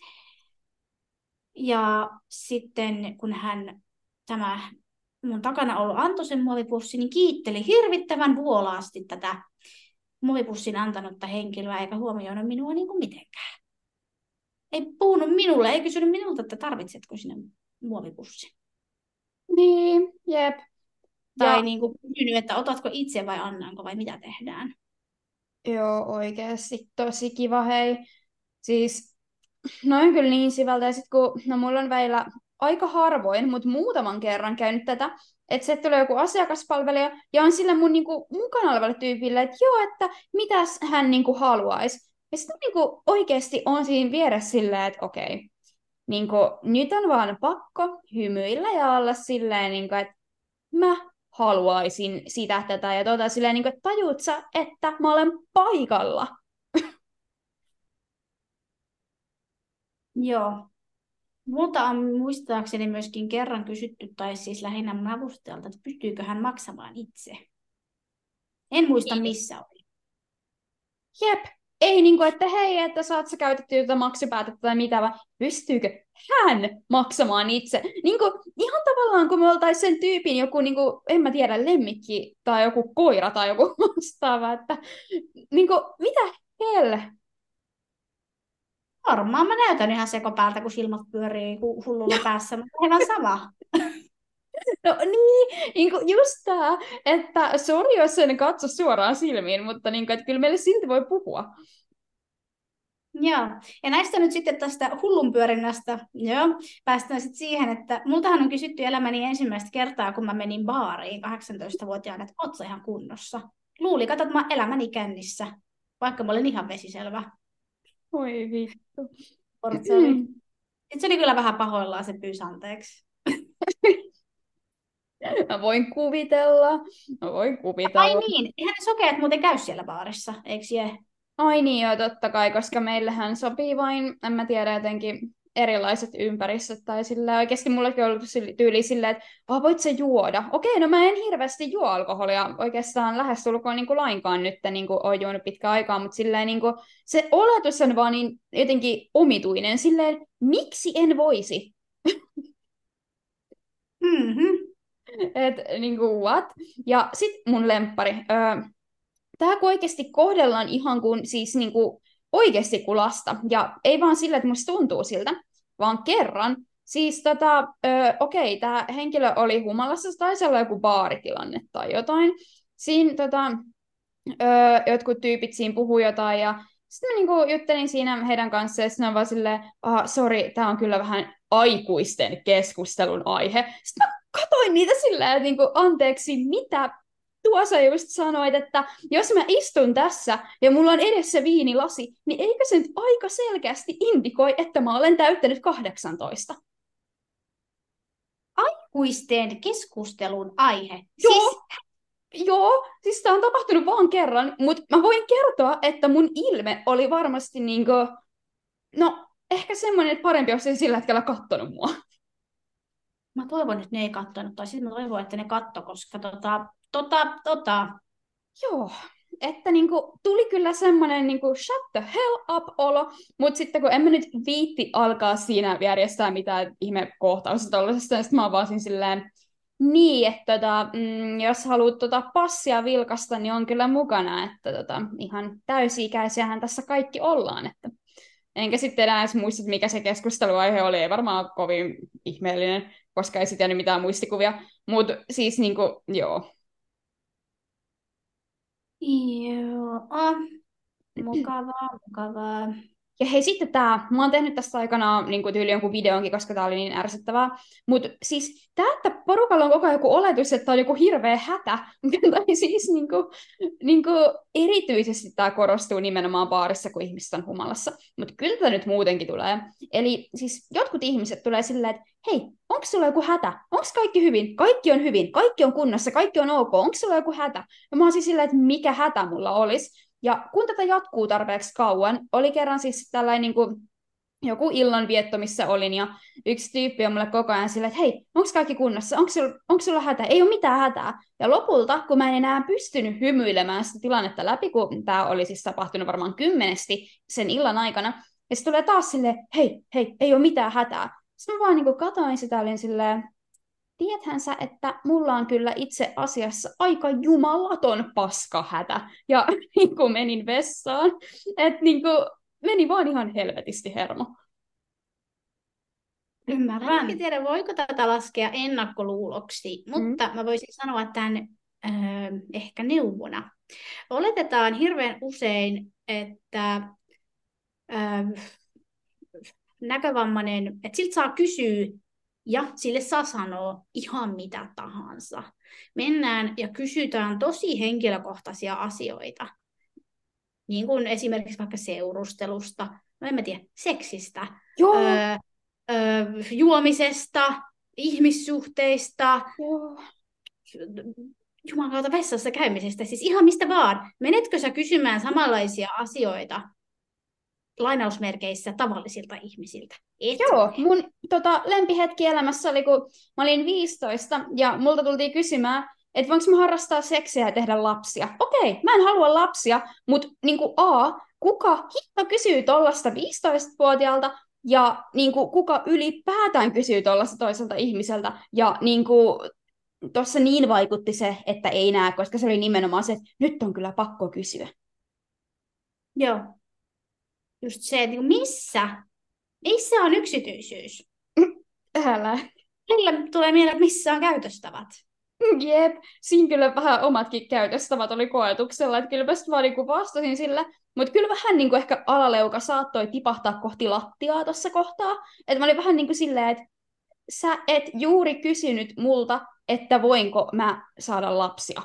Ja sitten kun tämä mun takana ollut antoi sen muovipussin, niin kiitteli hirvittävän vuolaasti tätä muovipussin antanutta henkilöä, eikä huomioinut minua niin kuin mitenkään. Ei puhunut minulle, ei kysynyt minulta, että tarvitsetko sinä muovipussin. Niin, jep. Tai niin kuin kysynyt, että otatko itse vai annanko vai mitä tehdään. Joo, oikeasti tosi kiva, hei. Siis, noin kyllä niin sivältä. Ja sit kun, no mulla on välillä aika harvoin, mutta muutaman kerran käynyt tätä, että se tulee joku asiakaspalvelija ja on sille mun mukana olevalle tyypille, että joo, että mitäs hän haluaisi. Ja sitten oikeasti on siinä vieressä silleen, että okei, nyt on vaan pakko hymyillä ja olla silleen, että mä haluaisin sitä, tätä ja silleen, että tajuut sä, että mä olen paikalla. Joo. Multa on muistaakseni myöskin kerran kysytty, tai siis lähinnä mun avustajalta, että pystyykö hän maksamaan itse. En muista missä oli. Jep. Ei että hei, että saat sä käytetty jotain maksupäätettä tai mitä, vaan pystyykö hän maksamaan itse. Ihan tavallaan, kun me oltaisiin sen tyypin joku, en mä tiedä, lemmikki tai joku koira tai joku vastaava, että mitä helle? Varmaan mä näytän ihan sekopäältä, kun silmät pyörii hullulla päässä, mutta ihan sama. No niin kuin just tämä, että sori, jos en katso suoraan silmiin, mutta niin kuin, että kyllä meille silti voi puhua. Joo, ja näistä nyt sitten tästä hullunpyörinnästä, joo, päästään sitten siihen, että multahan on kysytty elämäni ensimmäistä kertaa, kun mä menin baariin 18-vuotiaana, että oot sä ihan kunnossa. Luuli, katsot, että mä oon elämäni kännissä, vaikka mä olin ihan vesiselvä. Oi vittu. Sitten se oli kyllä vähän pahoillaan, se pyysi anteeksi. Mä voin kuvitella. Ai niin, eihän ne sokeat muuten käy siellä baarissa, eikö je? Ai niin, joo, totta kai, koska meillähän sopii vain, en mä tiedä, jotenkin erilaiset ympäristöt, tai sillä oikeasti mullakin on ollut tyyli silleen, että voit sä juoda? Okei, no mä en hirveästi juo alkoholia oikeastaan lähestulkoon niin kuin lainkaan nyt, niin kuin oon juonut pitkään aikaa, mutta silleen niin kuin, se oletus on vaan niin jotenkin omituinen, silleen, miksi en voisi? Et niin kuin what? Ja sit mun lemppari, tää kun oikeasti kohdellaan ihan kuin, siis niin kuin, oikeasti kuin lasta. Ja ei vaan sillä, että musta tuntuu siltä, vaan kerran. Siis okei, tämä henkilö oli humalassa, taisi olla joku baaritilanne tai jotain. Siinä jotkut tyypit siinä puhui jotain ja sitten mä niinku juttelin siinä heidän kanssaan ja sitten on vaan silleen, sori, tää on kyllä vähän aikuisten keskustelun aihe. Sitten mä katsoin niitä silleen, että niinku, anteeksi, mitä tuossa just sanoit, että jos mä istun tässä ja mulla on edessä viinilasi, niin eikö se nyt aika selkeästi indikoi, että mä olen täyttänyt 18? Aikuisten keskustelun aihe. Joo, siis tämä on tapahtunut vaan kerran, mutta mä voin kertoa, että mun ilme oli varmasti niinku, no ehkä semmoinen, että parempi olisi sillä hetkellä kattonut mua. Mä toivon, että ne ei kattonut, tai sitten mä toivon, että ne katto, koska Joo, että niinku, tuli kyllä semmoinen niinku, shut the hell up-olo, mutta sitten kun en mä nyt viitti alkaa siinä järjestää mitään ihme kohtausta tollasesta, niin sitten mä oon vaan silleen, niin, että jos haluat passia vilkasta, niin on kyllä mukana, että ihan täysi-ikäisiähän tässä kaikki ollaan. Että. Enkä sitten enää edes muista, mikä se keskusteluaihe oli, ei varmaan kovin ihmeellinen, koska ei sitten jäänyt mitään muistikuvia, mutta siis niinku, joo. Joo, mukavaa. Ja hei, sitten mä oon tehnyt tästä aikanaan niin tyyli jonkun videonkin, koska tää oli niin ärsyttävää. Mutta siis tää, että porukalla on koko ajan joku oletus, että on joku hirveä hätä, tai siis niinku, erityisesti tämä korostuu nimenomaan baarissa, kun ihmiset on humalassa. Mutta kyllä tätä nyt muutenkin tulee. Eli siis jotkut ihmiset tulee silleen, että hei, onko sulla joku hätä? Onko kaikki hyvin? Kaikki on hyvin, kaikki on kunnossa, kaikki on ok. Onko sulla joku hätä? Ja mä oon siis silleen, että mikä hätä mulla olisi. Ja kun tätä jatkuu tarpeeksi kauan, oli kerran siis tällainen niin kuin joku illanvietto, missä olin, ja yksi tyyppi on mulle koko ajan silleen, että hei, onko kaikki kunnossa? Onko sulla hätä? Ei ole mitään hätää. Ja lopulta, kun mä en enää pystynyt hymyilemään sitä tilannetta läpi, kun tämä oli siis tapahtunut varmaan 10 sen illan aikana, ja se tulee taas silleen, hei, ei ole mitään hätää. Sitten mä vaan niin kuin katoin sitä, olin silleen, tiedäthän sä, että mulla on kyllä itse asiassa aika jumalaton paskahätä. Ja niin kuin menin vessaan, että niin kuin meni vaan ihan helvetisti hermo. Ymmärrän. En tiedä, voiko tätä laskea ennakkoluuloksi, mutta mä voisin sanoa tämän ehkä neuvona. Oletetaan hirveän usein, että näkövammainen, että siltä saa kysyä ja sille saa sanoa ihan mitä tahansa. Mennään ja kysytään tosi henkilökohtaisia asioita. Niin kuin esimerkiksi vaikka seurustelusta, no en mä tiedä, seksistä, juomisesta, ihmissuhteista, Jumalan kautta vessassa käymisestä, siis ihan mistä vaan. Menetkö sä kysymään samanlaisia asioita lainausmerkeissä tavallisilta ihmisiltä? Joo, mun lempihetki elämässä oli, kun mä olin 15 ja multa tultiin kysymään, että voinko mä harrastaa seksiä ja tehdä lapsia. Okei, mä en halua lapsia, mutta niinku kuka hitto kysyy tollasta 15-vuotiaalta ja niinku, kuka ylipäätään kysyy tollasta toiselta ihmiseltä ja niinku, tuossa niin vaikutti se, että ei näe, koska se oli nimenomaan se, että nyt on kyllä pakko kysyä. Joo. just se, että missä on yksityisyys? Älä. Meillä tulee mieleen, että missä on käytöstavat. Jep, siinä kyllä vähän omatkin käytöstavat oli koetuksella, että kyllä mä sit vaan niinku vastasin sillä, mutta kyllä vähän niinku ehkä alaleuka saattoi tipahtaa kohti lattiaa tuossa kohtaa, että mä olin vähän niinku silleen, että sä et juuri kysynyt multa, että voinko mä saada lapsia.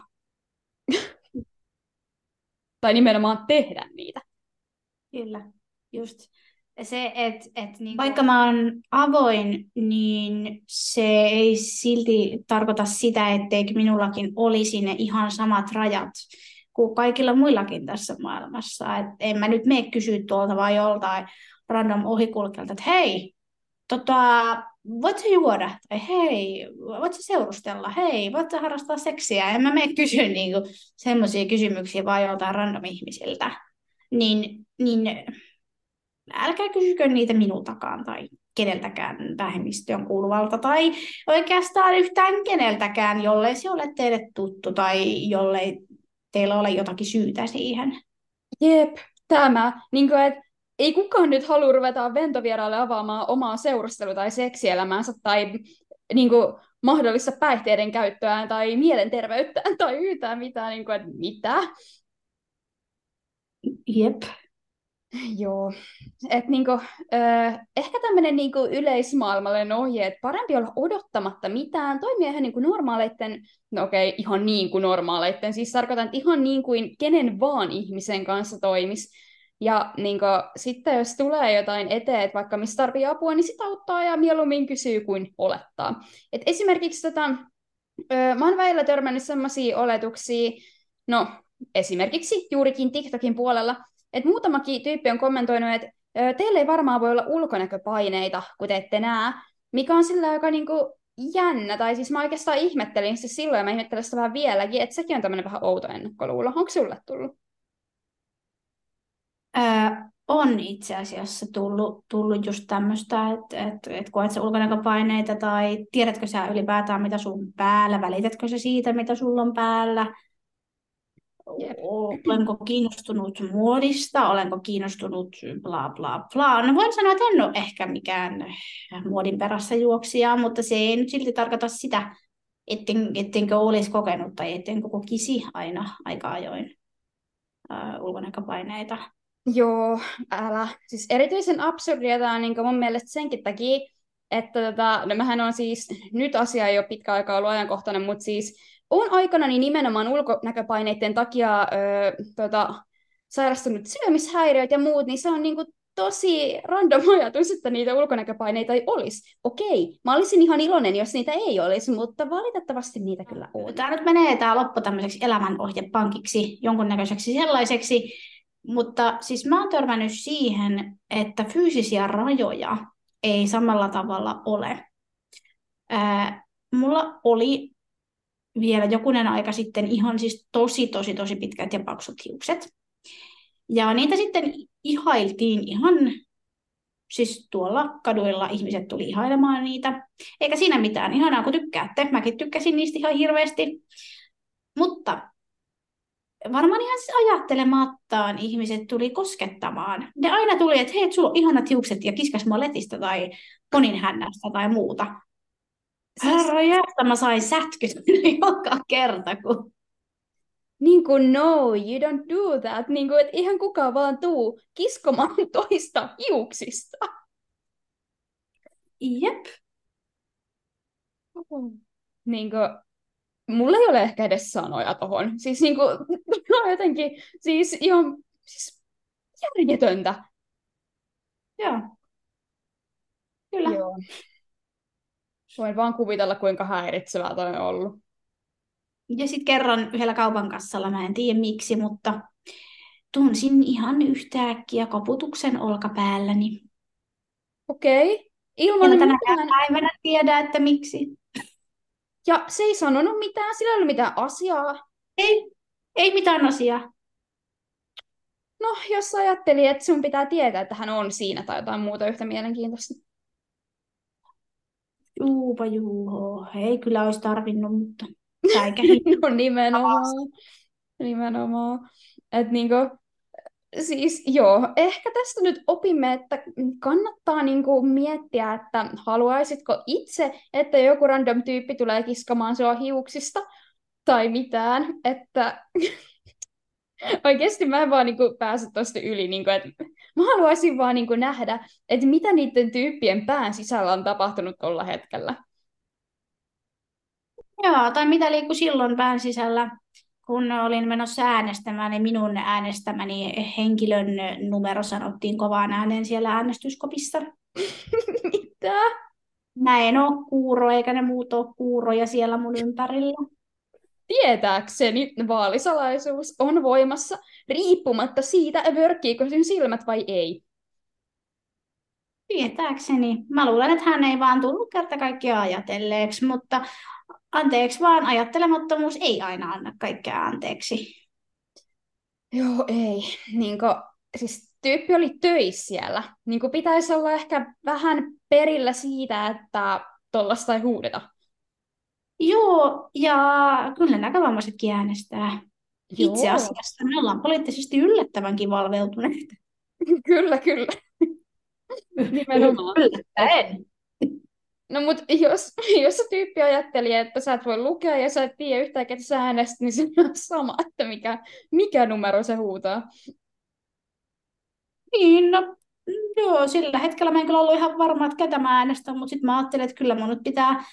Tai nimenomaan tehdä niitä. Kyllä, just. Se, vaikka mä oon avoin, niin se ei silti tarkoita sitä, etteikö minullakin olisi ne ihan samat rajat kuin kaikilla muillakin tässä maailmassa. Et en mä nyt mene kysyä tuolta vai joltain random ohikulkelta, että hei, voit sä juoda? Tai hei, voit sä seurustella? Hei, voit sä harrastaa seksiä? En mä mene kysyä niinku semmoisia kysymyksiä vaan joltain random ihmisiltä. Niin älkää kysykö niitä minultakaan tai keneltäkään vähemmistöön kuuluvalta tai oikeastaan yhtään keneltäkään, jollei se ole teille tuttu tai jollei teillä ole jotakin syytä siihen. Jep, tämä. Niin kuin, et, ei kukaan nyt halua ruveta ventovieraalle avaamaan omaa seurustelu- tai seksielämäänsä tai niin kuin, mahdollista päihteiden käyttöään tai mielenterveyttään tai yhtään mitään. Niin kuin, että mitä? Jep. Joo, että niinku, ehkä tämmöinen niinku yleismaailmallinen ohje, että parempi olla odottamatta mitään, toimia ihan niinku normaaleitten, no okei, ihan niin kuin normaaleitten, siis tarkoitan, että ihan niin kuin kenen vaan ihmisen kanssa toimis. Ja niinku, sitten jos tulee jotain eteen, että vaikka missä tarvii apua, niin sitä auttaa ja mieluummin kysyy kuin olettaa. Et esimerkiksi mä oon välillä törmännyt sellaisia oletuksia, no esimerkiksi juurikin TikTokin puolella, että muutamakin tyyppi on kommentoinut, että teillä ei varmaan voi olla ulkonäköpaineita, kun te ette näe, mikä on sillä aika niinku jännä, tai siis mä oikeastaan ihmettelin se silloin, ja mä ihmettelen sitä vähän vieläkin, että sekin on tämmöinen vähän outo ennakkoluulo. Onko sulle tullut? On itse asiassa tullut just tämmöistä, että koet sä ulkonäköpaineita tai tiedätkö sä ylipäätään mitä sun päällä, välitätkö sä siitä mitä sulla on päällä, Jep. olenko kiinnostunut muodista, olenko kiinnostunut bla bla bla. No voin sanoa, että en ole ehkä mikään muodin perässä juoksija, mutta se ei nyt silti tarkoita sitä, ettenkö olisi kokenut tai ettenkö kokisi aina aika ajoin ulkonäköpaineita. Joo, älä. Siis erityisen absurdia tämä on niin mun mielestä senkin takia, että no mähän on siis, nyt asia ei ole pitkä aikaa ollut ajankohtainen, mutta siis on aikana niin nimenomaan ulkonäköpaineiden takia sairastunut syömishäiriöt ja muut, niin se on niin kuin tosi random ajatus, että niitä ulkonäköpaineita ei olisi. Okei, mä olisin ihan iloinen, jos niitä ei olisi, mutta valitettavasti niitä kyllä on. Tämä nyt menee tämä loppu tämmöiseksi elämänohjepankiksi, jonkunnäköiseksi sellaiseksi, mutta siis mä oon törmännyt siihen, että fyysisiä rajoja ei samalla tavalla ole. Mulla oli vielä jokunen aika sitten ihan siis tosi pitkät ja paksut hiukset. Ja niitä sitten ihailtiin ihan, siis tuolla kaduilla ihmiset tuli ihailemaan niitä. Eikä siinä mitään, ihanaa kun tykkäätte. Mäkin tykkäsin niistä ihan hirveästi. Mutta varmaan ihan siis ajattelemattaan ihmiset tuli koskettamaan. Ne aina tuli, että hei, sulla on ihanat hiukset ja kiskas mua letistä tai ponin hännästä tai muuta. Herra jästä, mä sain sätkyt joka kerta, kun... Niin kuin no, you don't do that. Niin kuin, että ihan kukaan vaan tuu kiskomaan toista hiuksista. Jep. Niin kuin, mulla ei ole ehkä edes sanoja tohon. Siis niin kuin, no jotenkin, siis ihan siis järjetöntä. Joo. Kyllä. Joo. Voin vaan kuvitella, kuinka häiritsevää toi on ollut. Ja sitten kerran yhdellä kaupan kassalla, mä en tiedä miksi, mutta tunsin ihan yhtäkkiä koputuksen olkapäälläni. Okei. Ilman En tänä mitään. päivänä tiedä, että miksi. Ja se ei sanonut mitään, sillä ei ollut mitään asiaa. Ei mitään asiaa. No, jos ajatteli, että sun pitää tietää, että hän on siinä tai jotain muuta yhtä mielenkiintoista. Juupa juuho. Ei kyllä olisi tarvinnut, mutta No nimenomaan. Nimenomaan. Että niinku, Siis joo, ehkä tästä nyt opimme, että kannattaa niinku miettiä, että haluaisitko itse, että joku random tyyppi tulee kiskamaan sua hiuksista tai mitään, että oikeasti mä en vaan niinku pääse tosta yli, niinku, että mä haluaisin vaan niinku nähdä, että mitä niiden tyyppien pään sisällä on tapahtunut tuolla hetkellä. Joo, tai mitä liikkui silloin pään sisällä, kun olin menossa äänestämään, niin minun äänestämäni henkilön numero sanottiin kovaan ääneen siellä äänestyskopissa. Mitä? Mä en ole kuuro, eikä ne muut ole kuuroja siellä mun ympärillä. Tietääkseni vaalisalaisuus on voimassa riippumatta siitä, vörkkiikö sen silmät vai ei. Tietääkseni. Mä luulen, että hän ei vaan tullut kerta kaikkiaan ajatelleeksi, mutta anteeksi vaan, ajattelemattomuus ei aina anna kaikkea anteeksi. Joo, ei. Siis tyyppi oli töissä siellä. Pitäisi olla ehkä vähän perillä siitä, että tollasta ei huudeta. Joo, ja kyllä näkövammaisetkin äänestää. Itse Joo. asiassa me ollaan poliittisesti yllättävänkin valveutuneita. Kyllä, kyllä. Nimenomaan. Yllättäen. No mut jos se tyyppi ajatteli, että sä et voi lukea ja sä et tiedä yhtään, ketä sä äänestät, niin se on sama, että mikä numero se huutaa. Niin, no, joo, sillä hetkellä mä en kyllä ollut ihan varma, että ketä mä äänestän, mutta sitten mä ajattelin, että kyllä mun nyt pitää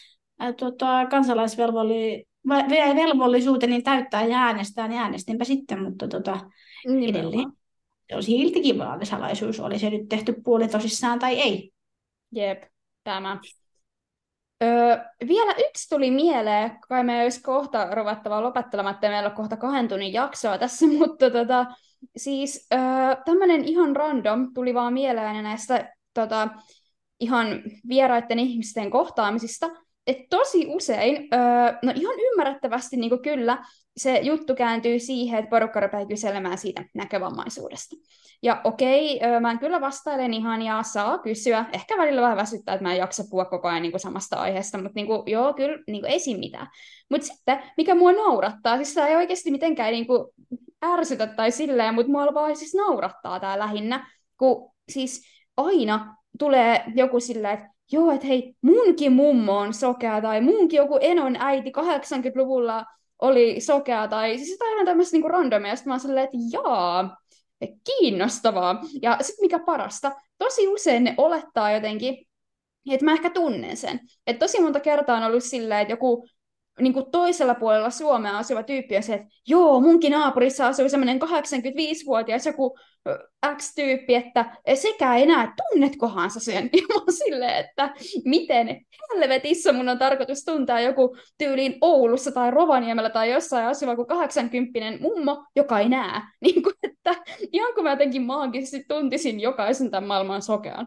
kansalaisvelvollisuuteni täyttää ja äänestää, niin äänestinpä sitten, mutta edelleen Nimenomaan. se on siltikin vaalisalaisuus, oli se nyt tehty puolitosissaan tai ei. Jep, tämä. Vielä yksi tuli mieleen, kai me olisi kohta ruvettava lopettelemaan, että meillä on kohta 2 tunnin jaksoa tässä, mutta siis tämmöinen ihan random tuli vaan mieleen näistä ihan vieraiden ihmisten kohtaamisista, että tosi usein, no ihan ymmärrettävästi niin kyllä, se juttu kääntyy siihen, että porukka rupeaa kyselemään siitä näkövammaisuudesta. Ja okei, mä kyllä vastailen ihan ja saa kysyä. Ehkä välillä vähän väsyttää, että mä en jaksa puhua koko ajan niin kuin samasta aiheesta, mutta niin kuin, joo, kyllä niin kuin, ei siinä mitään. Mutta sitten, mikä mua naurattaa, siis tämä ei oikeasti mitenkään niin kuin, ärsytä tai silleen, mutta mua vaan siis naurattaa tämä lähinnä, kun siis aina tulee joku silleen, että joo, että hei, munkin mummo on sokea, tai munkin joku enon äiti 80-luvulla oli sokea, tai siis jotain ihan tämmöistä niin randomia, ja sitten mä oon silleen, että jaa, kiinnostavaa. Ja sitten mikä parasta, tosi usein ne olettaa jotenkin, että mä ehkä tunnen sen. Että tosi monta kertaa on ollut silleen, että joku niin kuin toisella puolella Suomea asuva tyyppi on se, että joo, munkin naapurissa asuu semmoinen 85-vuotias joku X-tyyppi, että sekä enää tunnetkohan sä sen? Ja mä oon silleen, että miten helvetissä mun on tarkoitus tuntea joku tyyliin Oulussa tai Rovaniemellä tai jossain asuva kuin 80 mummo, joka ei näe. Niin kuin, että ihan kun mä jotenkin maagisesti tuntisin jokaisen tämän maailman sokean.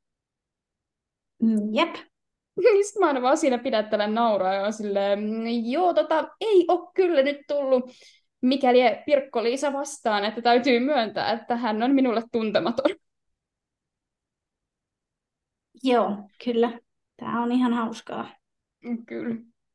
Jep. Niin sitten mä aina vaan siinä pidättelen nauraa ja silleen, joo, ei ole kyllä nyt tullut mikäli Pirkko-Liisa vastaan, että täytyy myöntää, että hän on minulle tuntematon. Joo, kyllä. Tämä on ihan hauskaa. Kyllä.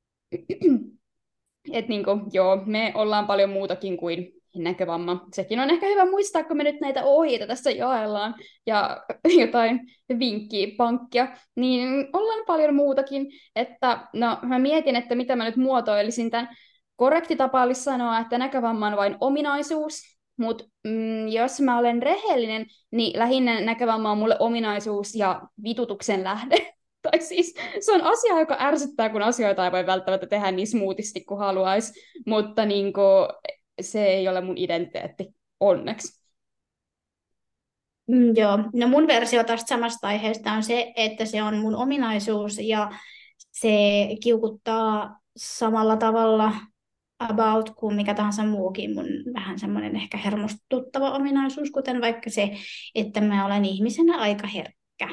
Et niinku, joo, me ollaan paljon muutakin kuin näkövamma. Sekin on ehkä hyvä muistaa, kun me nyt näitä ohjeita tässä jaellaan ja jotain vinkkiä, pankkia, niin ollaan paljon muutakin. Että, no, mä mietin, että mitä mä nyt muotoilisin tämän. Korrekti tapa olisi sanoa, että näkövamma on vain ominaisuus, mutta jos mä olen rehellinen, niin lähinnä näkövamma on mulle ominaisuus ja vitutuksen lähde. Tai siis se on asia, joka ärsyttää, kun asioita ei voi välttämättä tehdä niin smoothisti kuin haluaisi, mutta niin kuin, se ei ole mun identiteetti, onneksi. Joo, no mun versio tästä samasta aiheesta on se, että se on mun ominaisuus ja se kiukuttaa samalla tavalla about kuin mikä tahansa muukin mun vähän semmoinen ehkä hermostuttava ominaisuus, kuten vaikka se, että mä olen ihmisenä aika herkkä.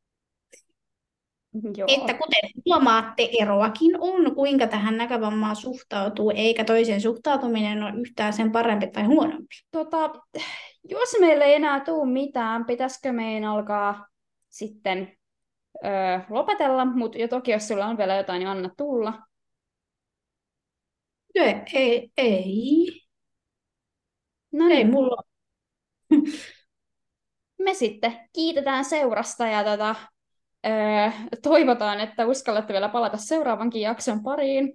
Joo. Että kuten huomaatte, eroakin on, kuinka tähän näkövammaan suhtautuu, eikä toiseen suhtautuminen ole yhtään sen parempi tai huonompi. Jos meillä ei enää tule mitään, pitäisikö meidän alkaa sitten lopetella, mutta jo toki jos sulla on vielä jotain, niin anna tulla. Ei. No Ei niin. mulla. Me sitten kiitetään seurasta ja toivotaan, että uskallatte vielä palata seuraavankin jakson pariin.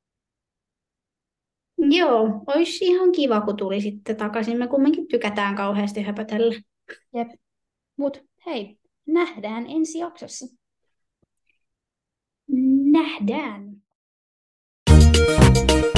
Joo, olisi ihan kiva, kun tulisitte takaisin. Me kumminkin tykätään kauheasti höpötellä. Jep. Mut hei, nähdään ensi jaksossa. Nähdään.